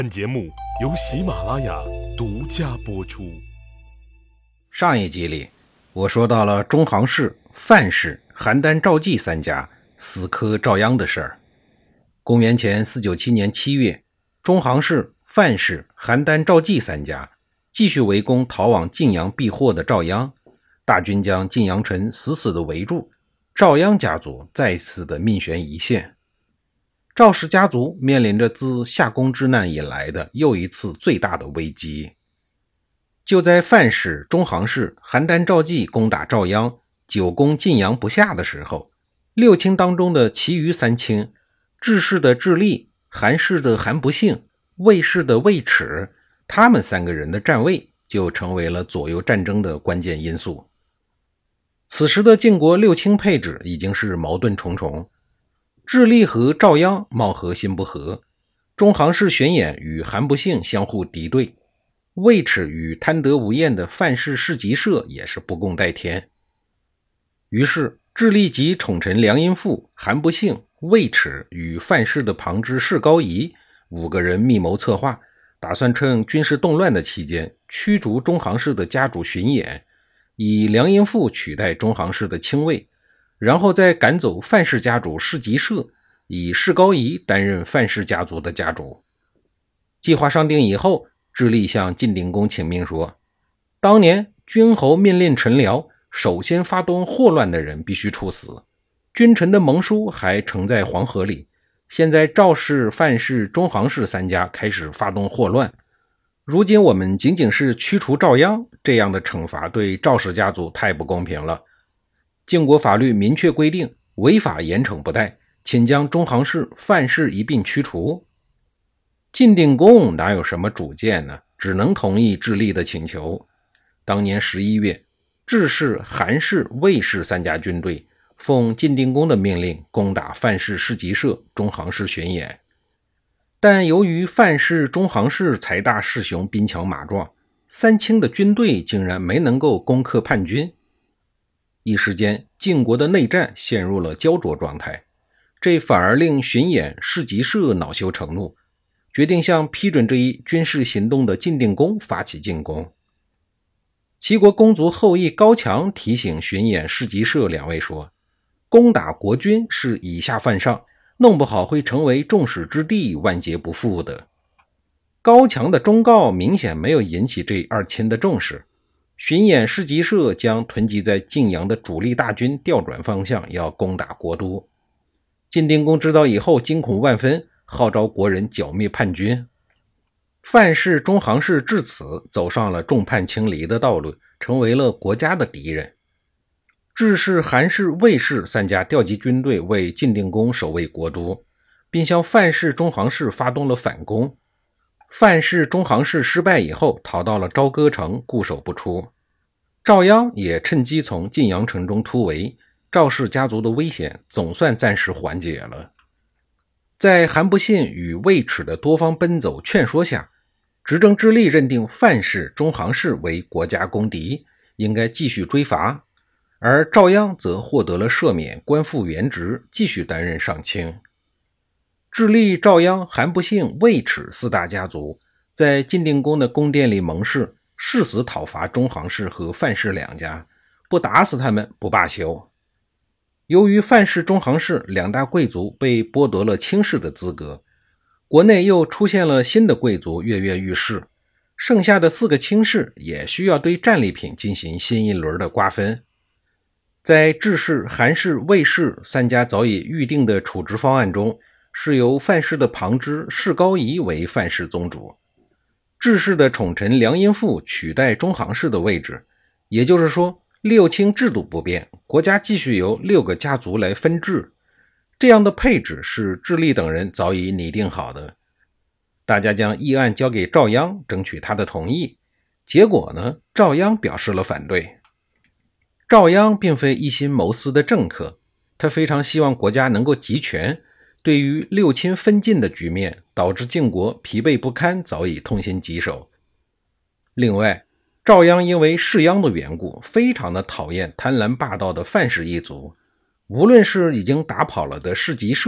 本节目由喜马拉雅独家播出。 上一集里，我说到了中行氏、范氏、邯郸赵纪三家死磕赵鞅的事儿。公元前497年7月，中行氏、范氏、邯郸赵纪三家继续围攻逃往晋阳避祸的赵鞅，大军将晋阳城死死地围住，赵鞅家族再次的命悬一线。赵氏家族面临着自夏宫之难以来的又一次最大的危机。就在范氏、中行氏、邯郸赵纪攻打赵鞅，久攻晋阳不下的时候，六卿当中的其余三卿，智氏的智利、韩氏的韩不幸、魏氏的魏齿，他们三个人的站位就成为了左右战争的关键因素。此时的晋国六卿配置已经是矛盾重重，智利和赵鞅貌合心不和，中行氏玄衍与韩不幸相互敌对，魏齿与贪得无厌的范氏市集社也是不共戴天。于是智利及宠臣梁阴父、韩不幸、魏齿与范氏的旁支士高仪五个人密谋策划，打算趁军事动乱的期间驱逐中行氏的家主荀衍，以梁阴父取代中行氏的卿位，然后再赶走范氏家主士集社，以士高仪担任范氏家族的家主。计划上定以后，智利向晋定公请命说，当年君侯命令臣僚，首先发动祸乱的人必须处死，君臣的盟书还呈在黄河里，现在赵氏、范氏、中行氏三家开始发动祸乱，如今我们仅仅是驱除赵鞅，这样的惩罚对赵氏家族太不公平了。晋国法律明确规定，违法严惩不贷，请将中行氏、范氏一并驱除。晋定公哪有什么主见呢？只能同意智利的请求。当年11月，智氏、韩氏、魏氏三家军队奉晋定公的命令攻打范氏市集社、中行氏玄衍。但由于范氏、中行氏财大势雄，兵强马壮，三卿的军队竟然没能够攻克叛军。一时间，晋国的内战陷入了焦灼状态，这反而令荀衍、士集社恼羞成怒，决定向批准这一军事行动的晋定公发起进攻。齐国公族后裔高强提醒荀衍、士集社两位说，攻打国君是以下犯上，弄不好会成为众矢之的，万劫不复的。高强的忠告明显没有引起这二卿的重视，荀衍、士集社将囤积在晋阳的主力大军调转方向，要攻打国都。晋定公知道以后惊恐万分，号召国人剿灭叛军。范氏、中行氏至此走上了众叛亲离的道路，成为了国家的敌人。智氏、韩氏、魏氏三家调集军队为晋定公守卫国都，并向范氏、中行氏发动了反攻。范氏、中行氏失败以后，逃到了朝歌城，固守不出。赵鞅也趁机从晋阳城中突围，赵氏家族的危险总算暂时缓解了。在韩不幸与魏齿的多方奔走劝说下，执政智利认定范氏、中行氏为国家公敌，应该继续追罚，而赵鞅则获得了赦免，官复原职，继续担任上卿。智利、赵鞅、韩不幸、魏齿四大家族在晋定公的宫殿里盟誓，誓死讨伐中行氏和范氏两家，不打死他们不罢休。由于范氏、中行氏两大贵族被剥夺了卿士的资格，国内又出现了新的贵族跃跃欲试，剩下的4个卿士也需要对战利品进行新一轮的瓜分。在智氏、韩氏、魏氏三家早已预定的处置方案中，是由范氏的旁支士高仪为范氏宗主，智氏的宠臣梁阴父取代中行氏的位置，也就是说六卿制度不变，国家继续由6个家族来分治。这样的配置是智利等人早已拟定好的。大家将议案交给赵鞅，争取他的同意。结果呢，赵鞅表示了反对。赵鞅并非一心谋私的政客，他非常希望国家能够集权，对于六亲分晋的局面导致晋国疲惫不堪，早已痛心疾首。另外，赵鞅因为士鞅的缘故，非常的讨厌贪婪霸道的范氏一族，无论是已经打跑了的士集社，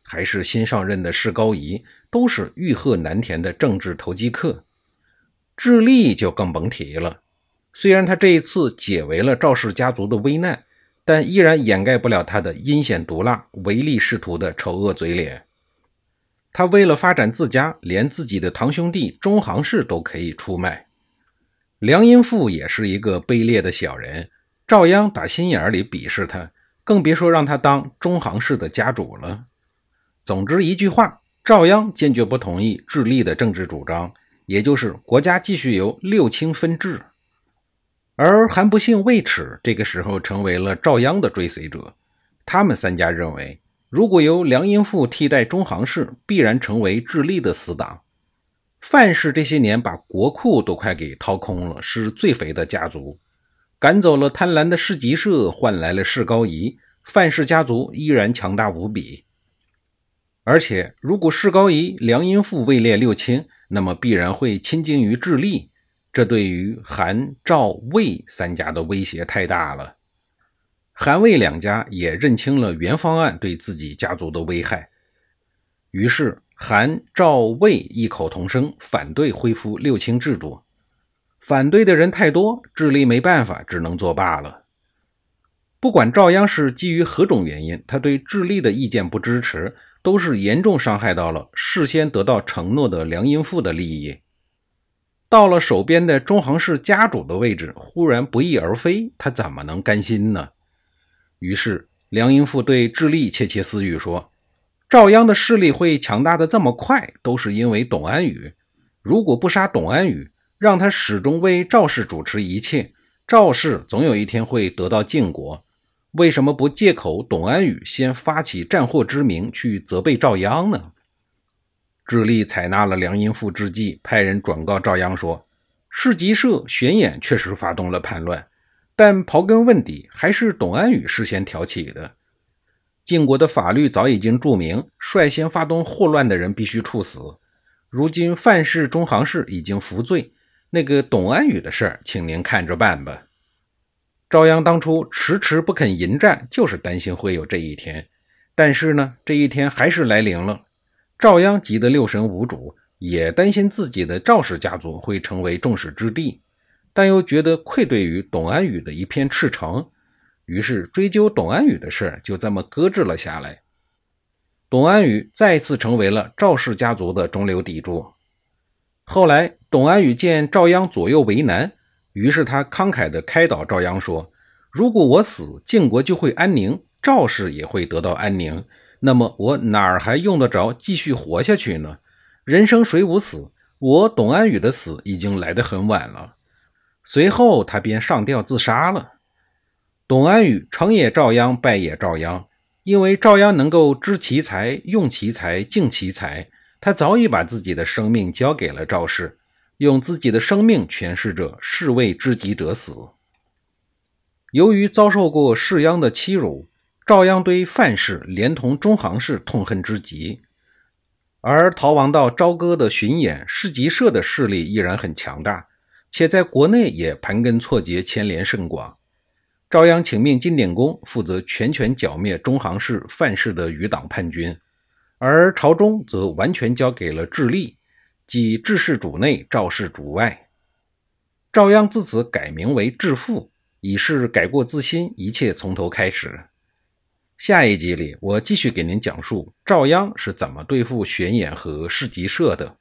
还是新上任的士高仪，都是欲壑难填的政治投机客。智利就更甭提了，虽然他这一次解围了赵氏家族的危难，但依然掩盖不了他的阴险毒辣、唯利是图的丑恶嘴脸。他为了发展自家，连自己的堂兄弟中行氏都可以出卖。梁荫富也是一个卑劣的小人，赵鞅打心眼里鄙视他，更别说让他当中行氏的家主了。总之一句话，赵鞅坚决不同意智利的政治主张，也就是国家继续由六卿分治。而韩不幸、魏齿这个时候成为了赵鞅的追随者，他们三家认为，如果由梁荫富替代中行氏，必然成为智利的死党。范氏这些年把国库都快给掏空了，是最肥的家族，赶走了贪婪的市集社，换来了士高仪，范氏家族依然强大无比。而且如果士高仪、梁荫富位列六卿，那么必然会亲近于智利，这对于韩、赵、魏三家的威胁太大了。韩魏两家也认清了原方案对自己家族的危害，于是韩、赵、魏异口同声反对恢复六卿制度。反对的人太多，智利没办法，只能作罢了。不管赵鞅是基于何种原因，他对智利的意见不支持，都是严重伤害到了事先得到承诺的梁荫富的利益。到了手边的中行氏家主的位置，忽然不翼而飞，他怎么能甘心呢？于是梁荫富对智利窃窃私语说，赵鞅的势力会强大的这么快，都是因为董安宇。如果不杀董安宇，让他始终为赵氏主持一切，赵氏总有一天会得到晋国。为什么不借口董安宇先发起战祸之名去责备赵鞅呢？智利采纳了梁荫富之计，派人转告赵鞅说，市集社、玄衍确实发动了叛乱，但刨根问底，还是董安宇事先挑起的。晋国的法律早已经注明，率先发动祸乱的人必须处死。如今范氏、中行氏已经服罪，那个董安宇的事儿，请您看着办吧。赵鞅当初迟迟不肯迎战，就是担心会有这一天。但是呢，这一天还是来临了。赵鞅急得六神无主，也担心自己的赵氏家族会成为众矢之的，但又觉得愧对于董安宇的一片赤诚，于是追究董安宇的事就这么搁置了下来。董安宇再次成为了赵氏家族的中流砥柱。后来董安宇见赵鞅左右为难，于是他慷慨地开导赵鞅说，如果我死，晋国就会安宁，赵氏也会得到安宁，那么我哪儿还用得着继续活下去呢？人生谁无死，我董安宇的死已经来得很晚了。随后他便上吊自杀了。董安宇成也赵鞅，败也赵鞅，因为赵鞅能够知其才、用其才、敬其才，他早已把自己的生命交给了赵氏，用自己的生命诠释着士为知己者死。由于遭受过士鞅的欺辱，赵鞅对范氏连同中行氏痛恨之极，而逃亡到朝歌的荀偃、市集社的势力依然很强大，且在国内也盘根错节，牵连甚广。赵鞅请命晋典公负责全权剿灭中行氏、范氏的余党叛军，而朝中则完全交给了智利，即智氏主内，赵氏主外。赵鞅自此改名为智父，以示改过自新，一切从头开始。下一集里，我继续给您讲述赵鞅是怎么对付荀偃和市集社的。